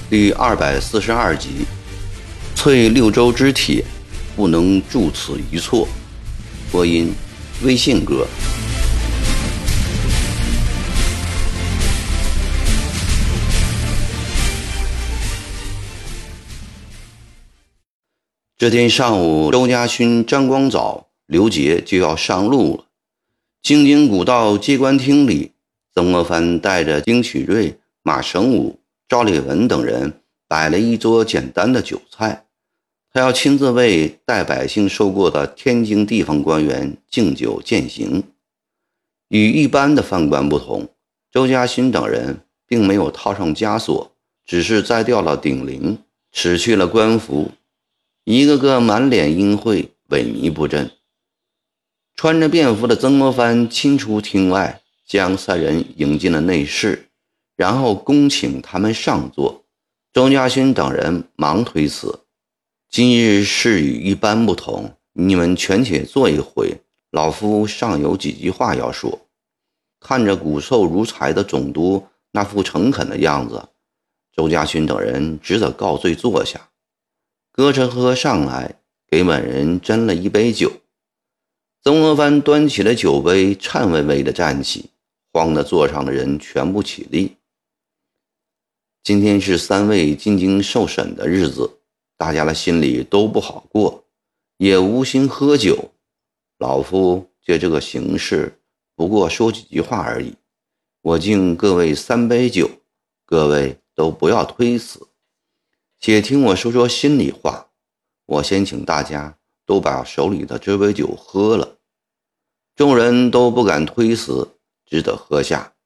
第242集，淬六州之铁，不能著此一错。播音：微信哥。这天上午，周家勋、张光藻、刘杰就要上路了。京津古道接官厅里，曾国藩带着丁启瑞、马成武、赵烈文等人摆了一桌简单的酒菜，他要亲自为带百姓受过的天津地方官员敬酒饯行。与一般的犯官不同，周家勋等人并没有套上枷锁，只是摘掉了顶翎，辞去了官服，一个个满脸阴晦，萎靡不振。穿着便服的曾国藩亲出厅外，将三人迎进了内室，然后恭请他们上座。周家勋等人忙推辞：今日事与一般不同，你们全且坐一回，老夫尚有几句话要说。看着骨瘦如柴的总督那副诚恳的样子，周家勋等人只得告罪坐下。歌成喝上来，给本人斟了一杯酒。曾国藩端起了酒杯，颤巍巍地站起，慌得座上的人全部起立。今天是三位进京受审的日子，大家的心里都不好过，也无心喝酒。老夫借这个形势，不过说几句话而已。我敬各位3杯酒，各位都不要推辞，且听我说说心里话。我先请大家都把手里的这杯酒喝了。众人都不敢推辞，只得喝下。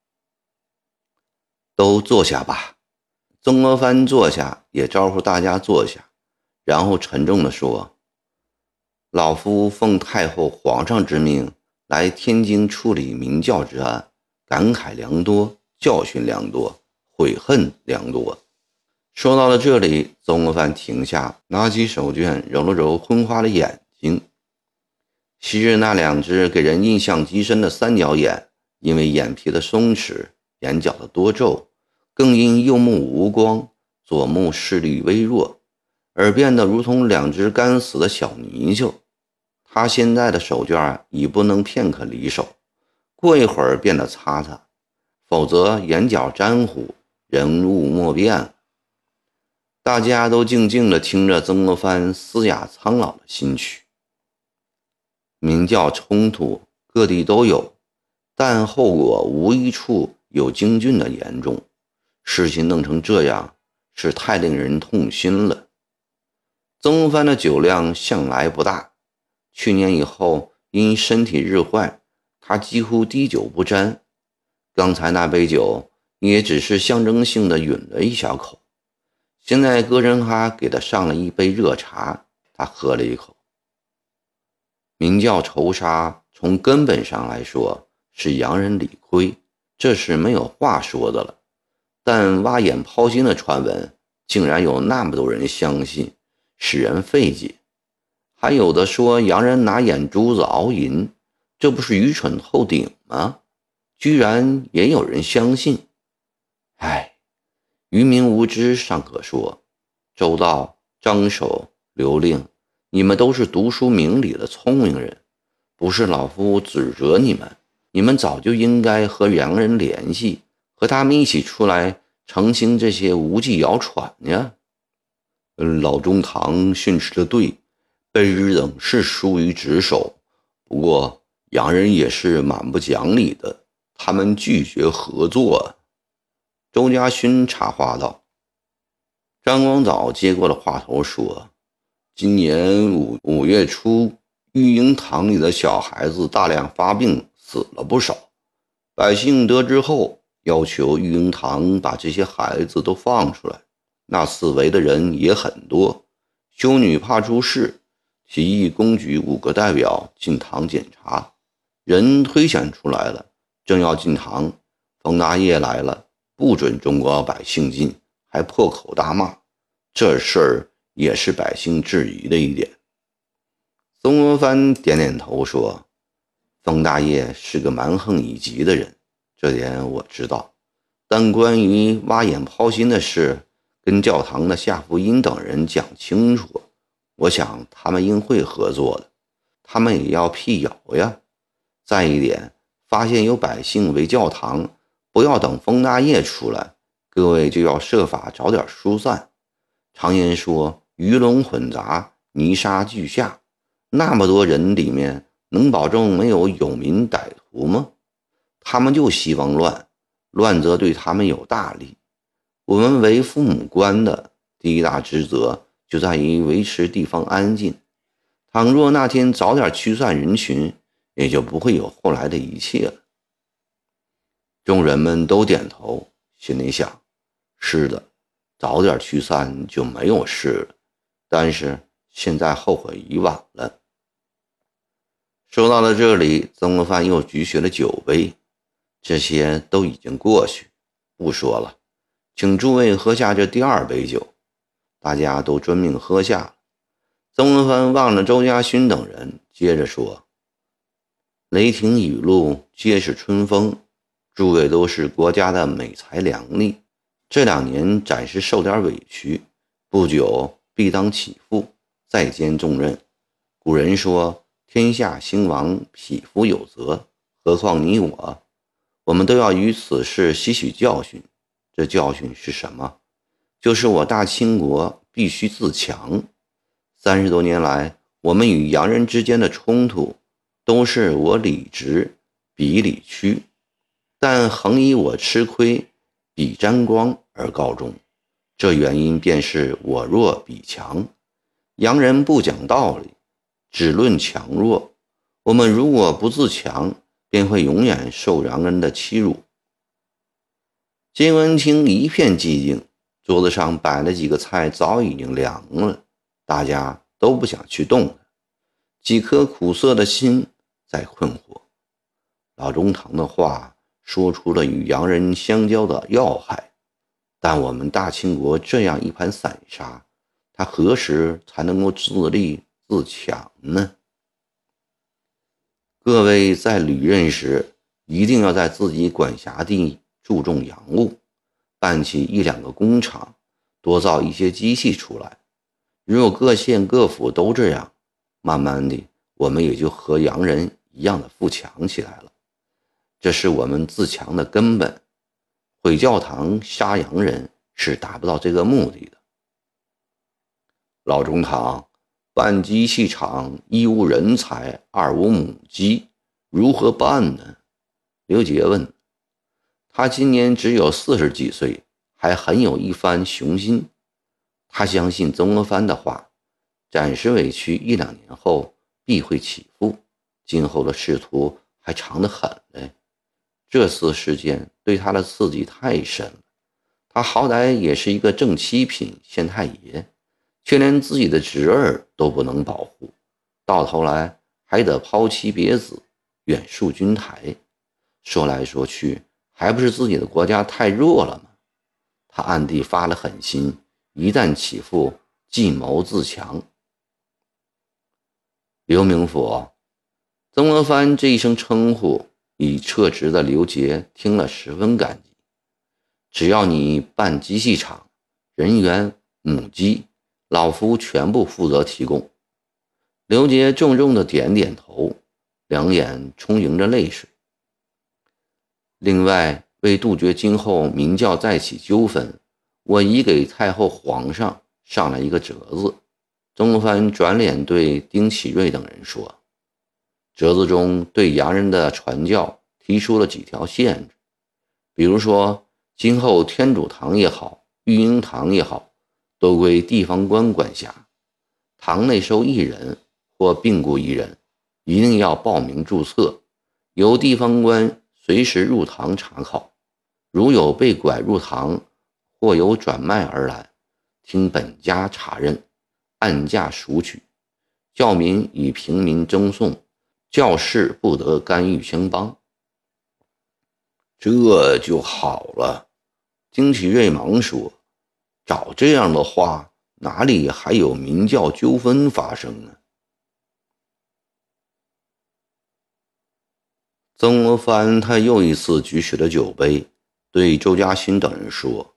都坐下吧。曾国藩坐下，也招呼大家坐下，然后沉重地说：老夫奉太后皇上之命来天津处理明教之案，感慨良多，教训良多，悔恨良多。说到了这里，曾国藩停下，拿起手绢揉了揉昏花的眼睛。昔日那两只给人印象极深的三角眼，因为眼皮的松弛，眼角的多皱，更因右目无光，左目视力微弱，而变得如同两只干死的小泥鳅。他现在的手绢已不能片刻离手，过一会儿便得擦擦，否则眼角沾糊，人物莫辨。大家都静静地听着曾国藩嘶哑苍老的新曲。明教冲突各地都有，但后果无一处有京郡的严重。事情弄成这样，是太令人痛心了。曾国藩的酒量向来不大，去年以后因身体日坏，他几乎滴酒不沾。刚才那杯酒也只是象征性的吮了一小口，现在歌真哈给他上了一杯热茶，他喝了一口。明教仇杀从根本上来说是洋人理亏，这是没有话说的了。但挖眼抛心的传闻竟然有那么多人相信，使人费解。还有的说洋人拿眼珠子熬银，这不是愚蠢透顶吗？居然也有人相信。唉，愚民无知尚可说，周道、张守、刘令，你们都是读书明理的聪明人，不是老夫指责你们，你们早就应该和洋人联系，和他们一起出来澄清这些无稽谣传呀。老中堂训斥的对，贝日等是疏于职守，不过洋人也是蛮不讲理的，他们拒绝合作。周家勋插话道。张光藻接过了话头说：今年五月初，育婴堂里的小孩子大量发病，死了不少。百姓得知后，要求育婴堂把这些孩子都放出来。那四围的人也很多，修女怕出事，提议公举5个代表进堂检查。人推选出来了，正要进堂，冯大业来了，不准中国百姓进，还破口大骂。这事儿也是百姓质疑的一点。曾国藩点点头说：冯大业是个蛮横以极的人，这点我知道，但关于挖眼抛心的事， 跟教堂的夏福音等人讲清楚，我想他们应会合作的。他们也要辟谣呀。再一点，发现有百姓围教堂，不要等封大业出来，各位就要设法早点疏散。常言说鱼龙混杂，泥沙俱下，那么多人里面能保证没有有民歹徒吗？他们就希望乱，乱则对他们有大利。我们为父母官的第一大职责就在于维持地方安静。倘若那天早点驱散人群，也就不会有后来的一切了。众人们都点头，心里想：是的，早点驱散就没有事了。但是现在后悔已晚了。说到了这里，曾国藩又举起了酒杯。这些都已经过去，不说了，请诸位喝下这第二杯酒。大家都遵命喝下了。曾国藩望着周家勋等人，接着说：雷霆雨露皆是春风，诸位都是国家的美才良力，这2年暂时受点委屈，不久必当起复，再兼重任。古人说天下兴亡，匹夫有责，何况你我们都要于此事吸取教训。这教训是什么？就是我大清国必须自强。30多年来，我们与洋人之间的冲突都是我理直，彼理屈，但恒以我吃亏，彼沾光而告终。这原因便是我弱彼强。洋人不讲道理，只论强弱。我们如果不自强，便会永远受洋人的欺辱。金文清一片寂静，桌子上摆了几个菜，早已经凉了，大家都不想去动它。几颗苦涩的心在困惑。老中堂的话说出了与洋人相交的要害，但我们大清国这样一盘散沙，他何时才能够自立自强呢？各位在履任时，一定要在自己管辖地注重洋务，办起1、2个工厂，多造一些机器出来。如果各县各府都这样，慢慢的，我们也就和洋人一样的富强起来了。这是我们自强的根本。毁教堂、杀洋人是达不到这个目的的。老中堂，办机器厂，1无人才，2无母鸡，如何办呢？刘杰问。他今年只有40几岁，还很有一番雄心。他相信曾国藩的话，暂时委屈1、2年后必会起复，今后的仕途还长得很嘞。这次事件对他的刺激太深了，他好歹也是一个正七品县太爷，却连自己的侄儿都不能保护，到头来还得抛妻别子，远戍军台。说来说去，还不是自己的国家太弱了吗？他暗地发了狠心，一旦起复，计谋自强。刘明府，曾国藩这一声称呼，已撤职的刘杰听了十分感激。只要你办机器厂，人员、母鸡，老夫全部负责提供。刘杰重重的点点头，两眼充盈着泪水。另外，为杜绝今后民教再起纠纷，我已给太后皇上上了一个折子。曾国藩转脸对丁启瑞等人说，折子中对洋人的传教提出了几条限制，比如说今后天主堂也好，育婴堂也好，都归地方官管辖，堂内收1人或病故1人，一定要报名注册，由地方官随时入堂查考，如有被拐入堂或有转卖而来，听本家查认，按价赎取，教民与平民争讼，教士不得干预相帮。这就好了。丁启瑞忙说，照这样的话，哪里还有民教纠纷发生呢？曾国藩他又一次举起了酒杯，对周家勋等人说，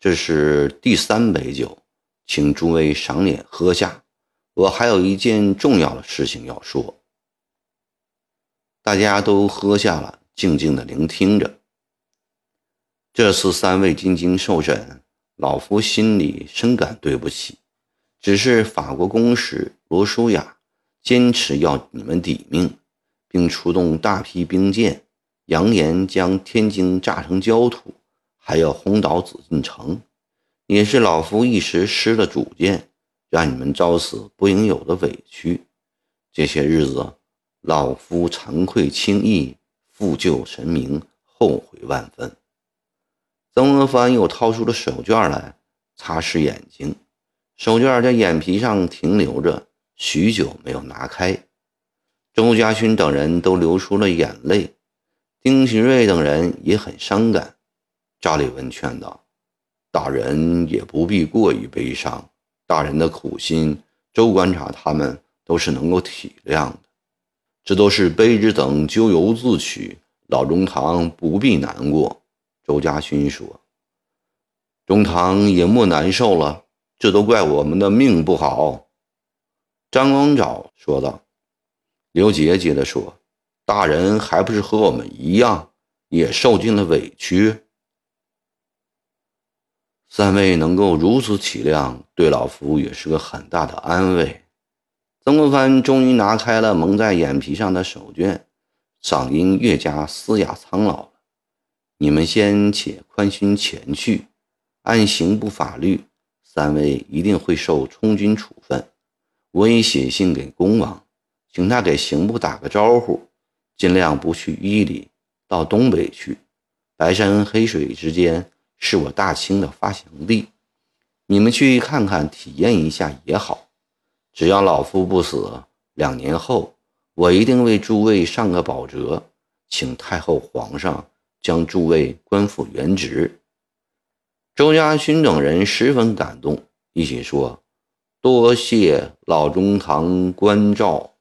这是第3杯酒，请诸位赏脸喝下。我还有一件重要的事情要说。大家都喝下了，静静地聆听着。这次3位进京受审，老夫心里深感对不起，只是法国公使罗舒雅坚持要你们抵命，并出动大批兵舰，扬言将天津炸成焦土，还要轰倒紫禁城，也是老夫一时失了主见，让你们遭此不应有的委屈。这些日子，老夫惭愧轻易，负疚神明，后悔万分。曾国藩又掏出了手绢来擦拭眼睛，手绢在眼皮上停留着许久没有拿开。周家勋等人都流出了眼泪，丁喜瑞等人也很伤感。赵立文劝道：大人也不必过于悲伤，大人的苦心，周观察他们都是能够体谅的。这都是卑职等咎由自取，老中堂不必难过。周家勋说：中堂也莫难受了，这都怪我们的命不好。张光藻说道。刘杰接着说：大人还不是和我们一样，也受尽了委屈。3位能够如此体谅，对老夫也是个很大的安慰。曾国藩终于拿开了蒙在眼皮上的手绢，嗓音越加嘶哑苍老了。你们先且宽心前去，按刑部法律，3位一定会受充军处分。我已写信给恭王，请他给刑部打个招呼，尽量不去伊犁，到东北去。白山黑水之间是我大清的发祥地，你们去看看体验一下也好。只要老夫不死，2年后我一定为诸位上个保折，请太后皇上将诸位官复原职。周家勋等人十分感动，一起说：多谢老中堂关照。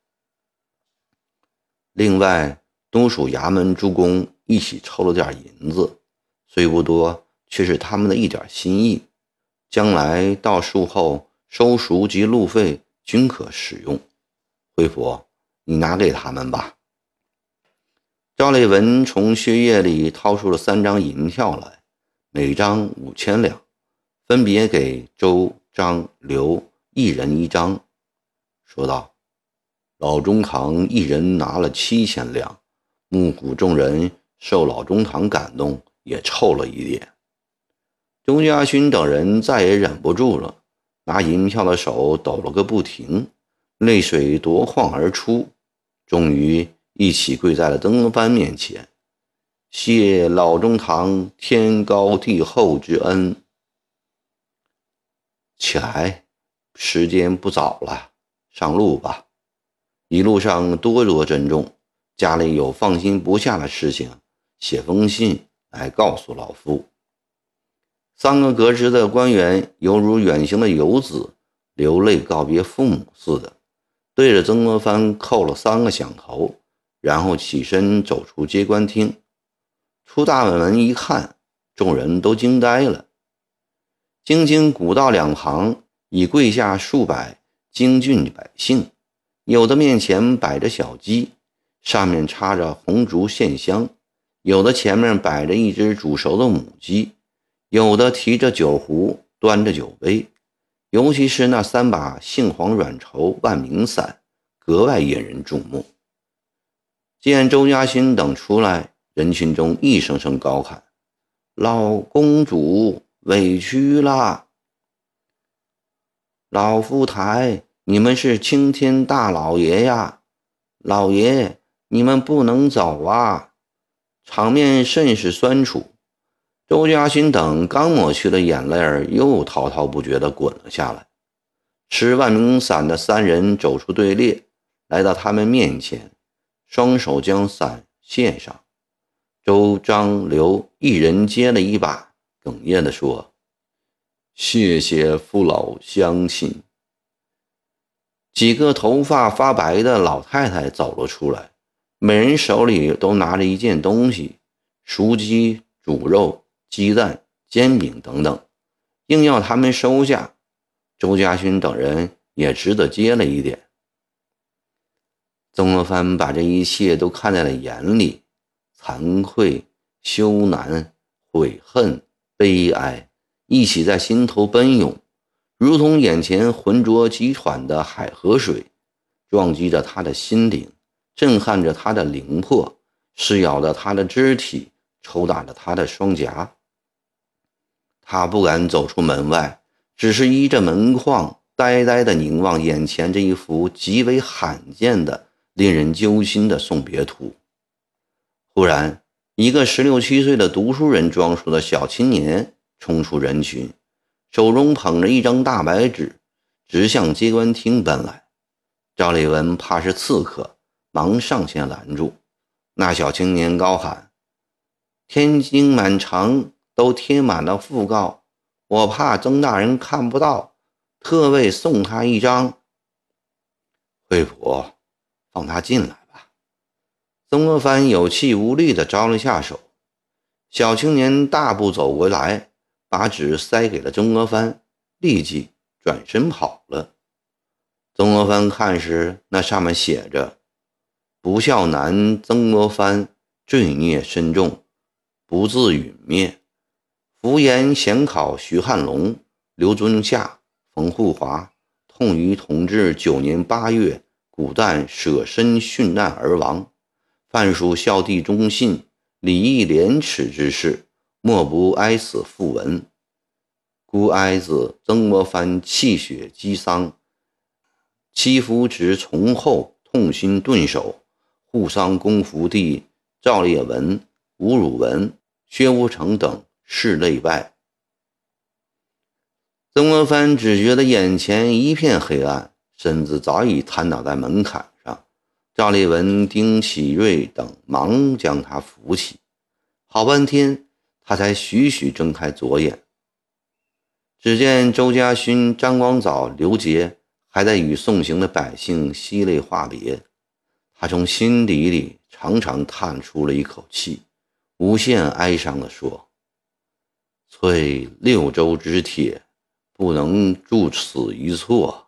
另外，东蜀衙门诸公一起抽了点银子，虽不多，却是他们的一点心意，将来到数后收赎及路费均可使用。惠普，你拿给他们吧。赵立文从血液里掏出了3张银票来，每张5000两，分别给周、张、刘1人1张，说道：老中堂1人拿了7000两，幕府众人受老中堂感动，也凑了一点。周家勋等人再也忍不住了，拿银票的手抖了个不停，泪水夺眶而出，终于一起跪在了曾国藩面前，谢老中堂天高地厚之恩。起来，时间不早了，上路吧。一路上多多珍重，家里有放心不下的事情，写封信来告诉老夫。3个革职的官员犹如远行的游子，流泪告别父母似的，对着曾国藩叩了3个响头，然后起身走出接官厅。出大门一看，众人都惊呆了。京津古道2旁已跪下数百京郡百姓，有的面前摆着小鸡，上面插着红烛线香，有的前面摆着一只煮熟的母鸡，有的提着酒壶，端着酒杯，尤其是那3把杏黄软绸万民伞，格外引人注目。见周家勋等出来，人群中一声声高喊：老公主委屈啦！老夫台，你们是青天大老爷呀！老爷，你们不能走啊！场面甚是酸楚。周家勋等刚抹去的眼泪又滔滔不绝地滚了下来。持万民伞的3人走出队列，来到他们面前，双手将伞献上。周、张、刘1人接了一把，哽咽地说：谢谢父老乡亲。几个头发发白的老太太走了出来，每人手里都拿着一件东西，熟鸡、煮肉、鸡蛋、煎饼等等， 硬要他们收下。周家勋等人也只得接了一点。曾国藩把这一切都看在了眼里，惭愧、羞赧、悔恨、悲哀一起在心头奔涌，如同眼前浑浊急喘的海河水，撞击着他的心灵，震撼着他的灵魄，噬咬着他的肢体，抽打着他的双颊。他不敢走出门外，只是依着门框呆呆地凝望眼前这一幅极为罕见的令人揪心的送别图。忽然，一个16、17岁的读书人装束的小青年冲出人群，手中捧着一张大白纸，直向接官厅奔来。赵立文怕是刺客，忙上前拦住。那小青年高喊：天津满城都贴满了讣告，我怕曾大人看不到，特为送他一张。惠普，放他进来吧。曾国藩有气无力地招了下手。小青年大步走过来，把纸塞给了曾国藩，立即转身跑了。曾国藩看时，那上面写着：不孝男曾国藩，罪孽深重，不自殒灭。服盐咸考徐汉龙、刘遵夏、冯护华，痛于同治9年8月古旦舍身殉难而亡。犯属孝弟忠信、礼义廉耻之事，莫不哀死复文。孤哀子曾国藩泣血击丧，戚夫直从后痛心顿首，护丧公福弟赵烈文、吴汝文、薛无成等拭泪拜。曾国藩只觉得眼前一片黑暗，身子早已瘫倒在门槛上。赵烈文、丁启瑞等忙将他扶起，好半天他才徐徐睁开左眼。只见周家勋、张光藻、刘杰还在与送行的百姓惜泪话别。他从心底里长长叹出了一口气，无限哀伤地说：淬6州之铁，不能铸此一错。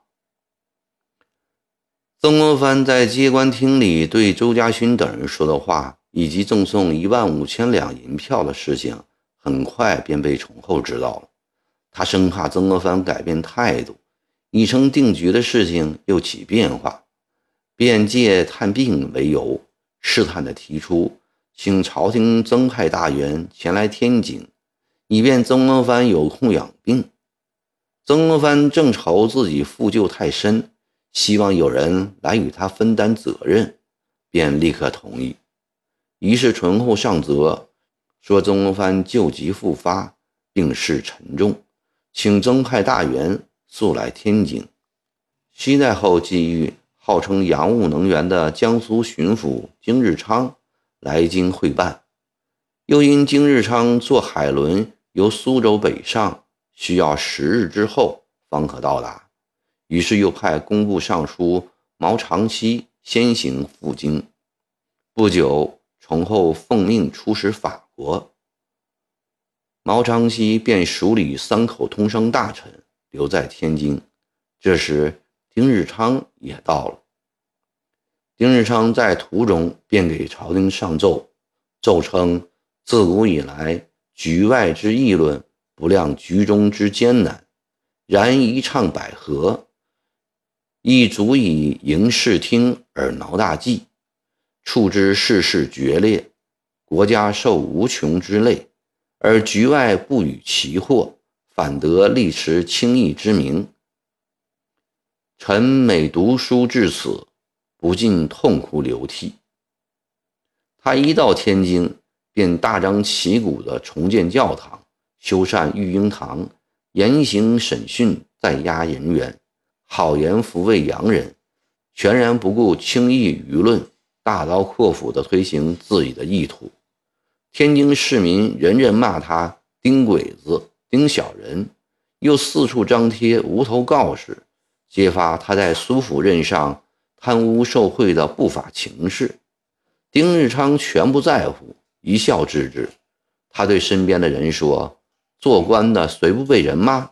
曾国藩在接官厅里对周家勋等人说的话，以及赠送15000两银票的事情，很快便被崇厚知道了。他生怕曾国藩改变态度，已成定局的事情又起变化，便借探病为由，试探地提出请朝廷增派大员前来天津，以便曾国藩有空养病。曾国藩正愁自己负疚太深，希望有人来与他分担责任，便立刻同意。于是醇厚上则，说曾国藩旧疾复发，病势沉重，请增派大员速来天津。西太后际遇号称洋务能员的江苏巡抚金日昌来京会办，又因金日昌坐海轮由苏州北上，需要10日之后方可到达，于是又派工部尚书毛长期先行赴京。不久，崇厚奉命出使法国，毛长期便署理3口通商大臣，留在天津。这时丁日昌也到了。丁日昌在途中便给朝廷上奏，奏称自古以来局外之议论，不量局中之艰难，然一唱百合，亦足以迎视听而挠大计，触之世事决裂，国家受无穷之累，而局外不与其祸，反得力持轻易之名。臣每读书至此，不禁痛哭流涕。他一到天津，便大张旗鼓地重建教堂，修缮育婴堂，严刑审讯在押人员，好言抚慰洋人，全然不顾轻易舆论，大刀阔斧地推行自己的意图。天津市民人人骂他丁鬼子、丁小人，又四处张贴无头告示，揭发他在苏府任上贪污受贿的不法情事。丁日昌全不在乎，一笑置之。他对身边的人说：做官的谁不被人骂？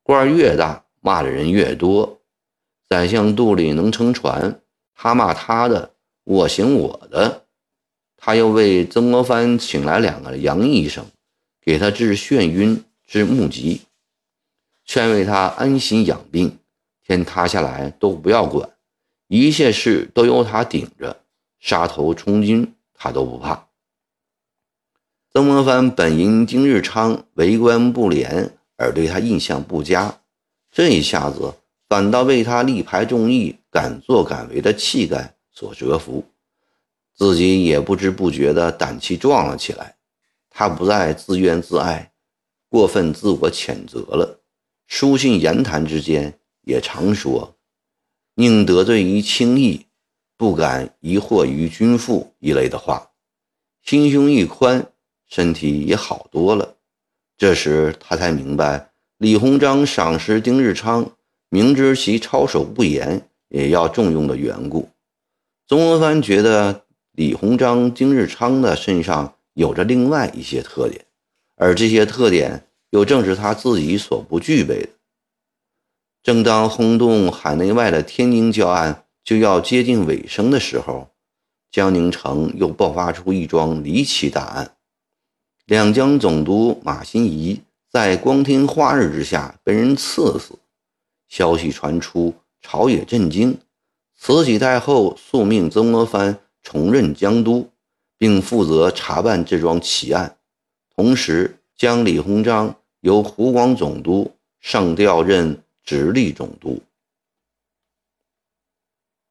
官越大，骂的人越多。宰相肚里能撑船，他骂他的，我行我的。他又为曾国藩请来2个洋医生，给他治眩晕、治目疾，劝慰他安心养病，天塌下来都不要管，一切事都由他顶着，杀头充军他都不怕。曾国藩本因丁日昌为官不廉而对他印象不佳，这一下子反倒被他力排众议、敢作敢为的气概所折服，自己也不知不觉地胆气壮了起来。他不再自怨自艾，过分自我谴责了。书信言谈之间也常说，宁得罪于轻易，不敢疑惑于君父一类的话。心胸一宽，身体也好多了。这时他才明白，李鸿章赏识丁日昌，明知其操守不严，也要重用的缘故。曾国藩觉得李鸿章、丁日昌的身上有着另外一些特点，而这些特点又正是他自己所不具备的。正当轰动海内外的天津教案就要接近尾声的时候，江宁城又爆发出一桩离奇大案。两江总督马新贻在光天化日之下被人刺死，消息传出，朝野震惊。慈禧太后速命曾国藩重任江都，并负责查办这桩奇案，同时将李鸿章由湖广总督上调任直隶总督。